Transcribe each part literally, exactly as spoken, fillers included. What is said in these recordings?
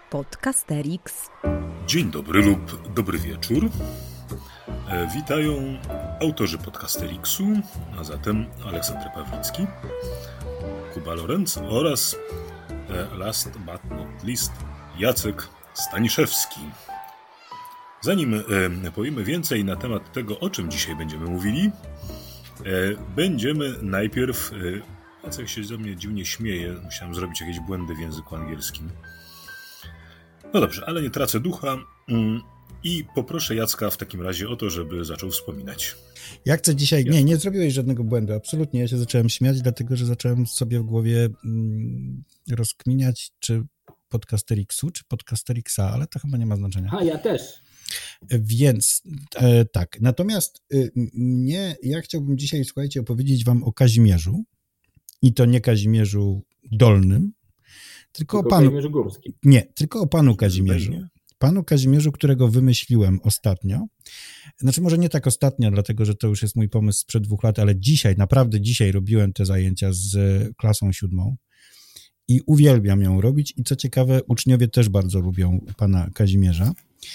Podcasterix. Dzień dobry lub dobry wieczór. E, witają autorzy Podcasterixu, a zatem Aleksander Pawlicki, Kuba Lorenz oraz e, last but not least Jacek Staniszewski. Zanim e, powiemy więcej na temat tego, o czym dzisiaj będziemy mówili, e, będziemy najpierw... E, Jacek się ze mnie dziwnie śmieje, musiałem zrobić jakieś błędy w języku angielskim. No dobrze, ale nie tracę ducha i poproszę Jacka w takim razie o to, żeby zaczął wspominać. Ja chcę dzisiaj... Nie, nie zrobiłeś żadnego błędu, absolutnie. Ja się zacząłem śmiać, dlatego że zacząłem sobie w głowie mm, rozkminiać, czy Podcasterixu, czy Podcasterixa, ale to chyba nie ma znaczenia. A, ja też. Więc e, tak, natomiast y, mnie, ja chciałbym dzisiaj, słuchajcie, opowiedzieć wam o Kazimierzu i to nie Kazimierzu Dolnym, Tylko, tylko o panu, Kazimierzu Górskim. Nie, tylko o panu Kazimierzu. Panu Kazimierzu, którego wymyśliłem ostatnio. Znaczy może nie tak ostatnio, dlatego że to już jest mój pomysł sprzed dwóch lat, ale dzisiaj, naprawdę dzisiaj robiłem te zajęcia z klasą siódmą i uwielbiam ją robić i co ciekawe, uczniowie też bardzo lubią pana Kazimierza.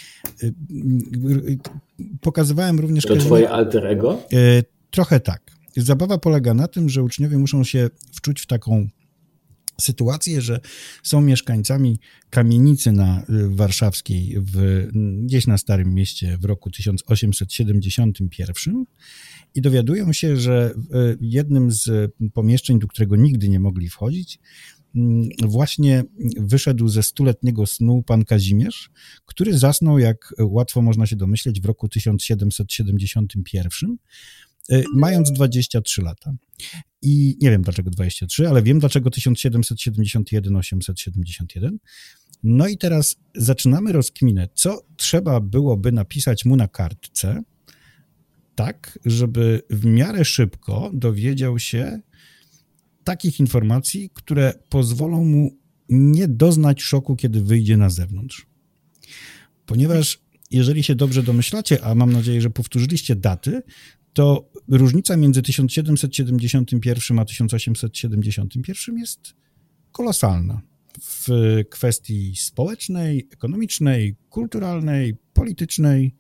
Pokazywałem również... To Kazimierza, twoje alter ego? Trochę tak. Zabawa polega na tym, że uczniowie muszą się wczuć w taką sytuację, że są mieszkańcami kamienicy na warszawskiej w, gdzieś na Starym Mieście w roku tysiąc osiemset siedemdziesiątym pierwszym i dowiadują się, że w jednym z pomieszczeń, do którego nigdy nie mogli wchodzić, właśnie wyszedł ze stuletniego snu pan Kazimierz, który zasnął, jak łatwo można się domyśleć, w roku tysiąc siedemset siedemdziesiątym pierwszym, mając dwadzieścia trzy lata. I nie wiem dlaczego dwadzieścia trzy, ale wiem dlaczego tysiąc siedemset siedemdziesiąty jeden osiemset siedemdziesiąty jeden. No i teraz zaczynamy rozkminę, co trzeba byłoby napisać mu na kartce, tak, żeby w miarę szybko dowiedział się takich informacji, które pozwolą mu nie doznać szoku, kiedy wyjdzie na zewnątrz. Ponieważ jeżeli się dobrze domyślacie, a mam nadzieję, że powtórzyliście daty, to różnica między tysiąc siedemset siedemdziesiątym pierwszym a tysiąc osiemset siedemdziesiątym pierwszym jest kolosalna w kwestii społecznej, ekonomicznej, kulturalnej, politycznej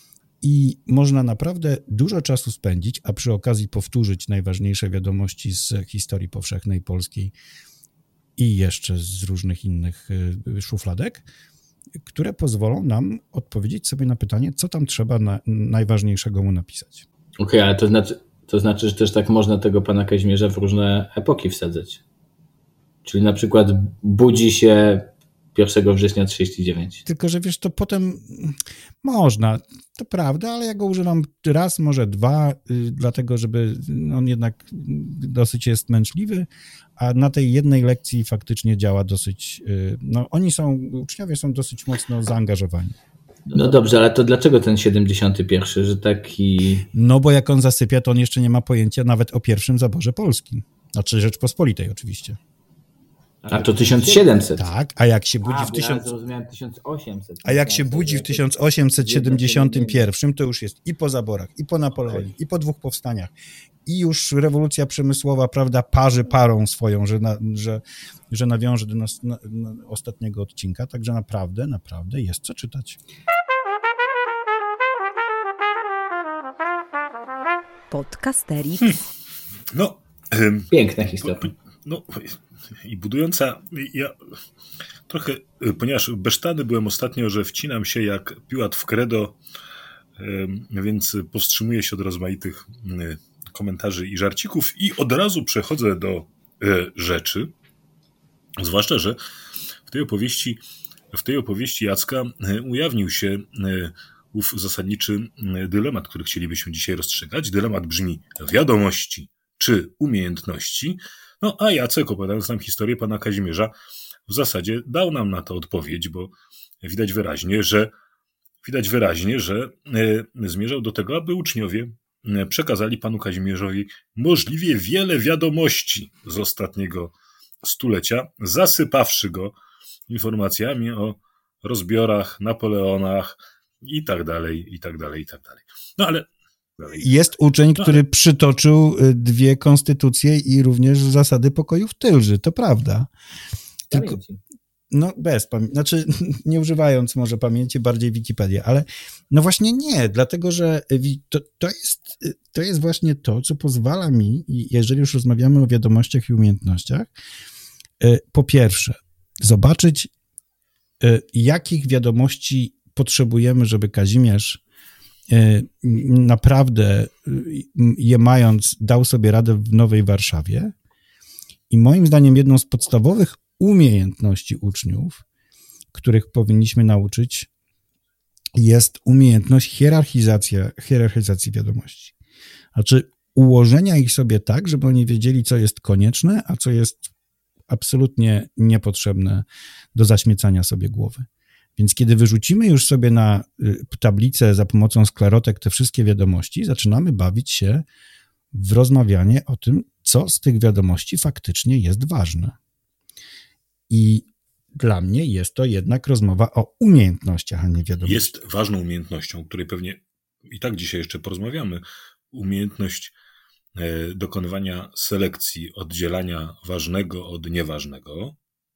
i można naprawdę dużo czasu spędzić, a przy okazji powtórzyć najważniejsze wiadomości z historii powszechnej polskiej i jeszcze z różnych innych szufladek, które pozwolą nam odpowiedzieć sobie na pytanie, co tam trzeba na, najważniejszego mu napisać. Okej, okay, ale to znaczy, to znaczy, że też tak można tego pana Kazimierza w różne epoki wsadzać. Czyli na przykład budzi się pierwszego września trzydziestego dziewiątego. Tylko, że wiesz, to potem można, to prawda, ale ja go używam raz, może dwa, yy, dlatego, żeby on jednak dosyć jest męczliwy, a na tej jednej lekcji faktycznie działa dosyć, yy, no oni są, uczniowie są dosyć mocno zaangażowani. No dobrze, ale to dlaczego ten siedemdziesiąty pierwszy, że taki... No bo jak on zasypia, to on jeszcze nie ma pojęcia nawet o pierwszym zaborze Polski. Znaczy Rzeczpospolitej oczywiście. A to tysiąc siedemset. Tak, a jak się budzi a, w tysiąc... ja zrozumiałem tysiąc osiemset. A jak się budzi w tysiąc osiemset siedemdziesiątym pierwszym, to już jest i po zaborach, i po Napoleonie, i po dwóch powstaniach, i już rewolucja przemysłowa, prawda, parzy parą swoją, że, na, że, że nawiąże do nas na, na ostatniego odcinka, także naprawdę, naprawdę jest co czytać. Podcasterix. Hmm. No, um, piękna historia. No i budująca, ja trochę, ponieważ besztany byłem ostatnio, że wcinam się jak Piłat w credo, więc powstrzymuję się od rozmaitych komentarzy i żarcików i od razu przechodzę do rzeczy, zwłaszcza, że w tej opowieści, w tej opowieści Jacka ujawnił się ów zasadniczy dylemat, który chcielibyśmy dzisiaj rozstrzygać. Dylemat brzmi: wiadomości czy umiejętności? No a Jacek, opowiadając nam historię pana Kazimierza, w zasadzie dał nam na to odpowiedź, bo widać wyraźnie, że widać wyraźnie, że zmierzał do tego, aby uczniowie przekazali panu Kazimierzowi możliwie wiele wiadomości z ostatniego stulecia, zasypawszy go informacjami o rozbiorach, Napoleonach i tak dalej, i tak dalej, i tak dalej. No ale Jest uczeń, który przytoczył dwie konstytucje i również zasady pokoju w Tylży, to prawda. Tylko, no bez pamięci, znaczy nie używając może pamięci, bardziej Wikipedię, ale no właśnie nie, dlatego że to, to, jest, to jest właśnie to, co pozwala mi, jeżeli już rozmawiamy o wiadomościach i umiejętnościach, po pierwsze, zobaczyć, jakich wiadomości potrzebujemy, żeby Kazimierz naprawdę je mając dał sobie radę w Nowej Warszawie. I moim zdaniem jedną z podstawowych umiejętności uczniów, których powinniśmy nauczyć, jest umiejętność hierarchizacji, hierarchizacji wiadomości. Znaczy ułożenia ich sobie tak, żeby oni wiedzieli, co jest konieczne, a co jest absolutnie niepotrzebne do zaśmiecania sobie głowy. Więc kiedy wyrzucimy już sobie na tablicę za pomocą sklerotek te wszystkie wiadomości, zaczynamy bawić się w rozmawianie o tym, co z tych wiadomości faktycznie jest ważne. I dla mnie jest to jednak rozmowa o umiejętnościach, a nie wiadomościach. Jest ważną umiejętnością, o której pewnie i tak dzisiaj jeszcze porozmawiamy, umiejętność dokonywania selekcji, oddzielania ważnego od nieważnego.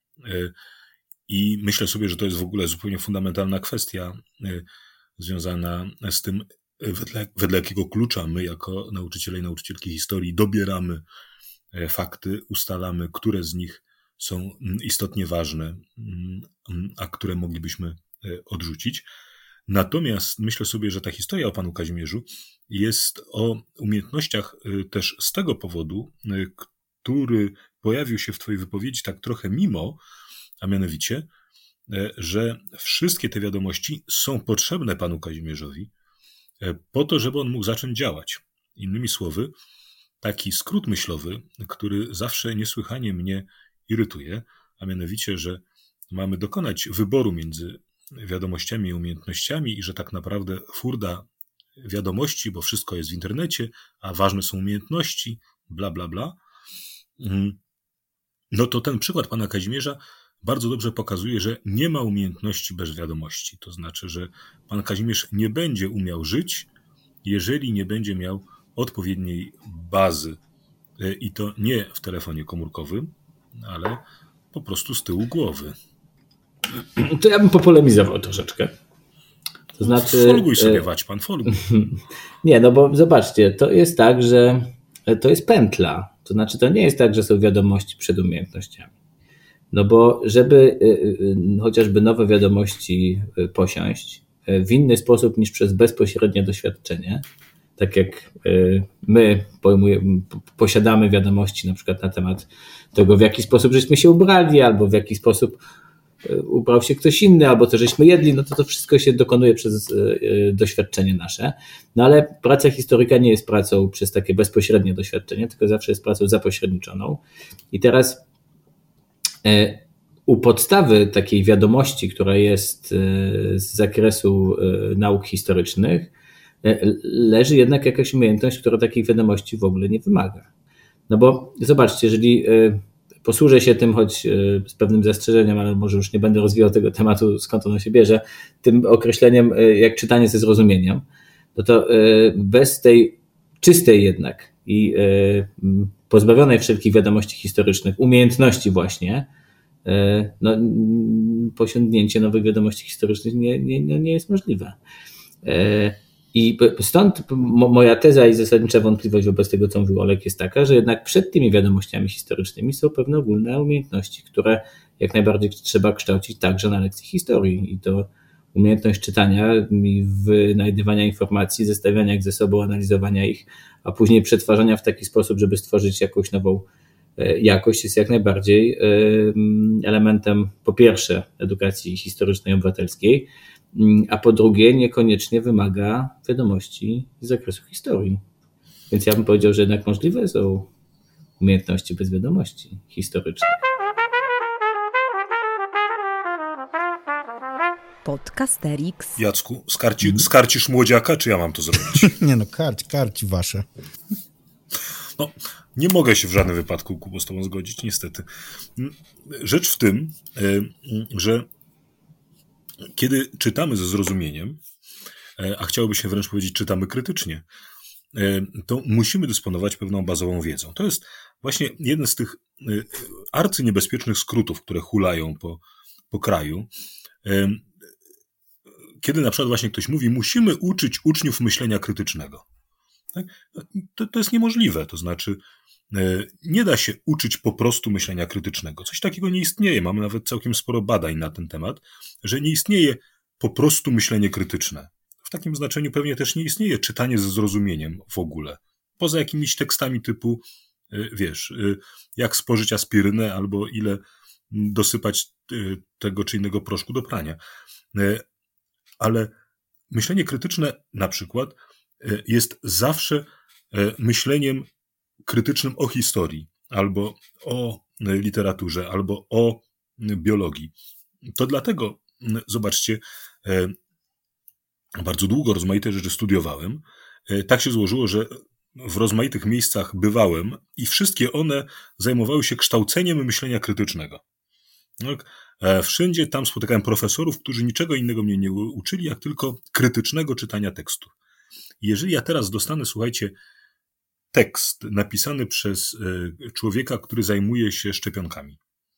I myślę sobie, że to jest w ogóle zupełnie fundamentalna kwestia związana z tym, wedle, wedle jakiego klucza my jako nauczyciele i nauczycielki historii dobieramy fakty, ustalamy, które z nich są istotnie ważne, a które moglibyśmy odrzucić. Natomiast myślę sobie, że ta historia o panu Kazimierzu jest o umiejętnościach też z tego powodu, który pojawił się w twojej wypowiedzi tak trochę mimo, a mianowicie, że wszystkie te wiadomości są potrzebne panu Kazimierzowi po to, żeby on mógł zacząć działać. Innymi słowy, taki skrót myślowy, który zawsze niesłychanie mnie irytuje, a mianowicie, że mamy dokonać wyboru między wiadomościami i umiejętnościami i że tak naprawdę furda wiadomości, bo wszystko jest w internecie, a ważne są umiejętności, bla, bla, bla. No to ten przykład pana Kazimierza bardzo dobrze pokazuje, że nie ma umiejętności bez wiadomości. To znaczy, że pan Kazimierz nie będzie umiał żyć, jeżeli nie będzie miał odpowiedniej bazy. I to nie w telefonie komórkowym, ale po prostu z tyłu głowy. To ja bym popolemizował troszeczkę. To znaczy... Folguj sobie, wać pan, folguj. Nie, no bo zobaczcie, to jest tak, że to jest pętla. To znaczy, to nie jest tak, że są wiadomości przed umiejętnościami. No bo żeby chociażby nowe wiadomości posiąść w inny sposób niż przez bezpośrednie doświadczenie, tak jak my pojmujemy, posiadamy wiadomości na przykład na temat tego, w jaki sposób żeśmy się ubrali, albo w jaki sposób ubrał się ktoś inny, albo to żeśmy jedli, no to to wszystko się dokonuje przez doświadczenie nasze. No ale praca historyka nie jest pracą przez takie bezpośrednie doświadczenie, tylko zawsze jest pracą zapośredniczoną. I teraz u podstawy takiej wiadomości, która jest z zakresu nauk historycznych, leży jednak jakaś umiejętność, która takich wiadomości w ogóle nie wymaga. No bo zobaczcie, jeżeli posłużę się tym, choć z pewnym zastrzeżeniem, ale może już nie będę rozwijał tego tematu, skąd ono się bierze, tym określeniem jak czytanie ze zrozumieniem, no to bez tej czystej jednak i pozbawionej wszelkich wiadomości historycznych, umiejętności właśnie, no, posiągnięcie nowych wiadomości historycznych nie, nie, nie jest możliwe. I stąd moja teza i zasadnicza wątpliwość wobec tego, co mówił Olek, jest taka, że jednak przed tymi wiadomościami historycznymi są pewne ogólne umiejętności, które jak najbardziej trzeba kształcić także na lekcji historii. I to umiejętność czytania i wynajdywania informacji, zestawiania ich ze sobą, analizowania ich, a później przetwarzania w taki sposób, żeby stworzyć jakąś nową jakość, jest jak najbardziej elementem po pierwsze edukacji historycznej obywatelskiej, a po drugie niekoniecznie wymaga wiadomości z zakresu historii. Więc ja bym powiedział, że jednak możliwe są umiejętności bez wiadomości historycznych. Podcasterix. Jacku, skarci, skarcisz młodziaka, czy ja mam to zrobić? Nie no, karć, karć wasze. No, nie mogę się w żadnym wypadku, Kubo, z tobą zgodzić, niestety. Rzecz w tym, że kiedy czytamy ze zrozumieniem, a chciałoby się wręcz powiedzieć, czytamy krytycznie, to musimy dysponować pewną bazową wiedzą. To jest właśnie jeden z tych arcyniebezpiecznych skrótów, które hulają po, po kraju, kiedy na przykład właśnie ktoś mówi, musimy uczyć uczniów myślenia krytycznego. To, to jest niemożliwe, to znaczy nie da się uczyć po prostu myślenia krytycznego. Coś takiego nie istnieje. Mamy nawet całkiem sporo badań na ten temat, że nie istnieje po prostu myślenie krytyczne. W takim znaczeniu pewnie też nie istnieje czytanie ze zrozumieniem w ogóle. Poza jakimiś tekstami typu, wiesz, jak spożyć aspirynę albo ile dosypać tego czy innego proszku do prania. Ale myślenie krytyczne na przykład jest zawsze myśleniem krytycznym o historii, albo o literaturze, albo o biologii. To dlatego, zobaczcie, bardzo długo rozmaite rzeczy studiowałem. Tak się złożyło, że w rozmaitych miejscach bywałem i wszystkie one zajmowały się kształceniem myślenia krytycznego. Wszędzie tam spotykałem profesorów, którzy niczego innego mnie nie uczyli, jak tylko krytycznego czytania tekstu. Jeżeli ja teraz dostanę, słuchajcie, tekst napisany przez człowieka, który zajmuje się szczepionkami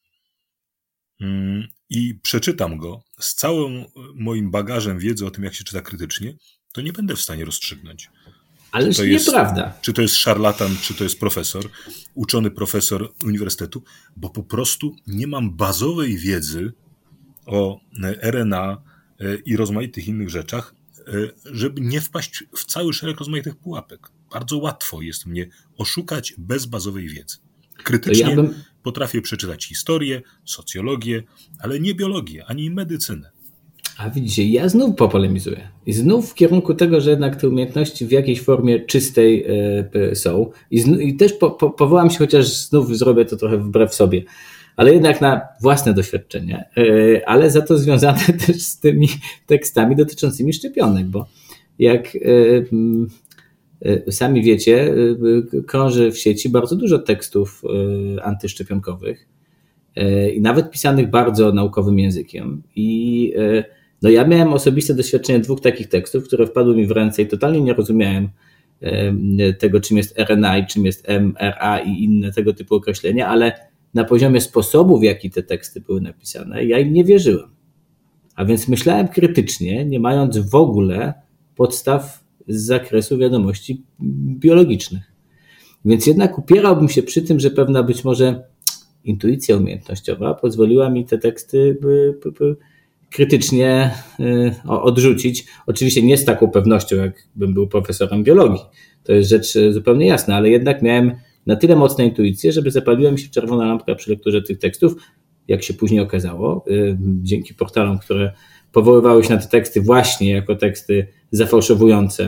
i przeczytam go z całym moim bagażem wiedzy o tym, jak się czyta krytycznie, to nie będę w stanie rozstrzygnąć. Ależ nieprawda. Czy to jest szarlatan, czy to jest profesor, uczony profesor uniwersytetu, bo po prostu nie mam bazowej wiedzy o R N A i rozmaitych innych rzeczach, żeby nie wpaść w cały szereg rozmaitych pułapek. Bardzo łatwo jest mnie oszukać bez bazowej wiedzy. Krytycznie ja bym... potrafię przeczytać historię, socjologię, ale nie biologię, ani medycynę. A widzicie, ja znów popolemizuję. I znów w kierunku tego, że jednak te umiejętności w jakiejś formie czystej y, są. I, znów, i też po, po, powołam się, chociaż znów zrobię to trochę wbrew sobie, ale jednak na własne doświadczenie, y, ale za to związane też z tymi tekstami dotyczącymi szczepionek, bo jak y, y, sami wiecie, y, krąży w sieci bardzo dużo tekstów y, antyszczepionkowych y, i nawet pisanych bardzo naukowym językiem. I y, no ja miałem osobiste doświadczenie dwóch takich tekstów, które wpadły mi w ręce i totalnie nie rozumiałem tego, czym jest R N A i czym jest M R A i inne tego typu określenia, ale na poziomie sposobu, w jaki te teksty były napisane, ja im nie wierzyłem. A więc myślałem krytycznie, nie mając w ogóle podstaw z zakresu wiadomości biologicznych. Więc jednak upierałbym się przy tym, że pewna być może intuicja umiejętnościowa pozwoliła mi te teksty by, by, by krytycznie odrzucić. Oczywiście nie z taką pewnością, jakbym był profesorem biologii. To jest rzecz zupełnie jasna, ale jednak miałem na tyle mocne intuicje, żeby zapaliła mi się czerwona lampka przy lekturze tych tekstów, jak się później okazało, dzięki portalom, które powoływały się na te teksty właśnie jako teksty zafałszowujące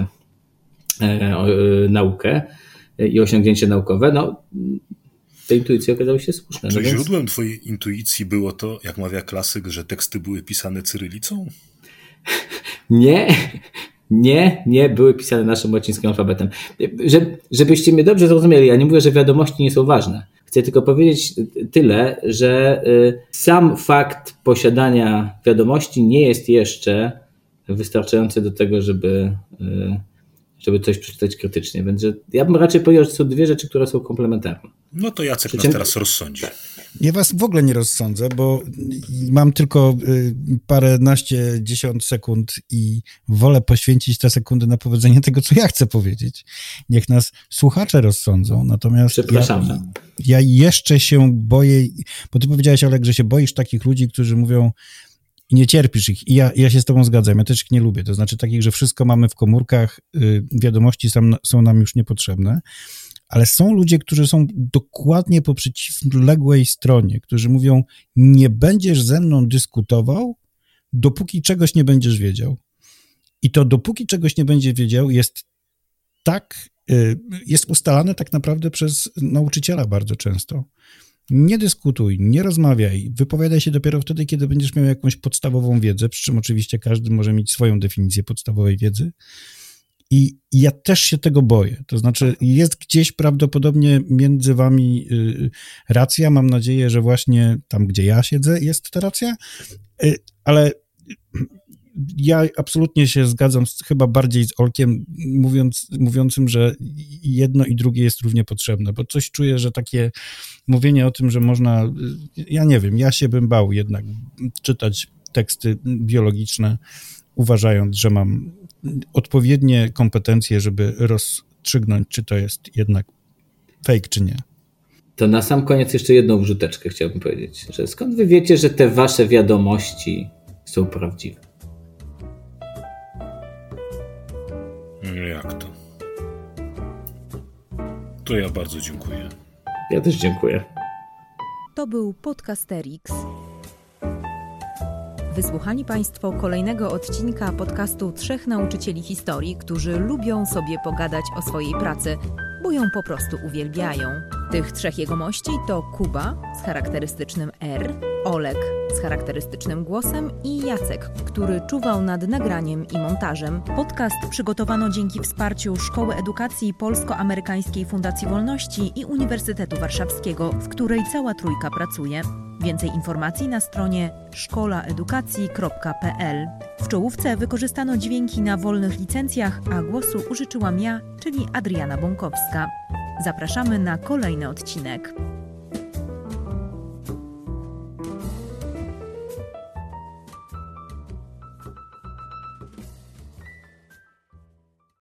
naukę i osiągnięcia naukowe. No, te intuicje okazały się słuszne. Czy no źródłem więc... twojej intuicji było to, jak mawia klasyk, że teksty były pisane cyrylicą? Nie, nie, nie były pisane naszym łacińskim alfabetem. Że, żebyście mnie dobrze zrozumieli, ja nie mówię, że wiadomości nie są ważne. Chcę tylko powiedzieć tyle, że sam fakt posiadania wiadomości nie jest jeszcze wystarczający do tego, żeby... żeby coś przeczytać krytycznie. Więc że ja bym raczej powiedział, że są dwie rzeczy, które są komplementarne. No to Jacek Przecię... nas teraz rozsądzi. Ja was w ogóle nie rozsądzę, bo mam tylko paręnaście, dziesiąt sekund i wolę poświęcić te sekundy na powiedzenie tego, co ja chcę powiedzieć. Niech nas słuchacze rozsądzą. Natomiast Przepraszam. Ja, ja jeszcze się boję, bo ty powiedziałeś, Olek, że się boisz takich ludzi, którzy mówią, i nie cierpisz ich. I ja, ja się z tobą zgadzam. Ja też ich nie lubię. To znaczy takich, że wszystko mamy w komórkach, y, wiadomości są, są nam już niepotrzebne, ale są ludzie, którzy są dokładnie po przeciwległej stronie, którzy mówią, nie będziesz ze mną dyskutował, dopóki czegoś nie będziesz wiedział. I to dopóki czegoś nie będzie wiedział jest tak, y, jest ustalane tak naprawdę przez nauczyciela bardzo często. Nie dyskutuj, nie rozmawiaj, wypowiadaj się dopiero wtedy, kiedy będziesz miał jakąś podstawową wiedzę, przy czym oczywiście każdy może mieć swoją definicję podstawowej wiedzy. I ja też się tego boję. To znaczy jest gdzieś prawdopodobnie między wami y, racja. Mam nadzieję, że właśnie tam, gdzie ja siedzę, jest ta racja. Y, ale ja absolutnie się zgadzam z, chyba bardziej z Olkiem, mówiąc, mówiącym, że jedno i drugie jest równie potrzebne, bo coś czuję, że takie mówienie o tym, że można, ja nie wiem, ja się bym bał jednak czytać teksty biologiczne, uważając, że mam odpowiednie kompetencje, żeby rozstrzygnąć, czy to jest jednak fake, czy nie. To na sam koniec jeszcze jedną wrzuteczkę chciałbym powiedzieć, że skąd wy wiecie, że te wasze wiadomości są prawdziwe? Jak to? To ja bardzo dziękuję. Ja też dziękuję. To był Podcasterix. Wysłuchali Państwo kolejnego odcinka podcastu Trzech Nauczycieli Historii, którzy lubią sobie pogadać o swojej pracy, bo ją po prostu uwielbiają. Tych trzech jegomości to Kuba z charakterystycznym R, Olek z charakterystycznym głosem i Jacek, który czuwał nad nagraniem i montażem. Podcast przygotowano dzięki wsparciu Szkoły Edukacji Polsko-Amerykańskiej Fundacji Wolności i Uniwersytetu Warszawskiego, w której cała trójka pracuje. Więcej informacji na stronie szkoła edukacji kropka p l. W czołówce wykorzystano dźwięki na wolnych licencjach, a głosu użyczyłam ja, czyli Adriana Bąkowska. Zapraszamy na kolejny odcinek.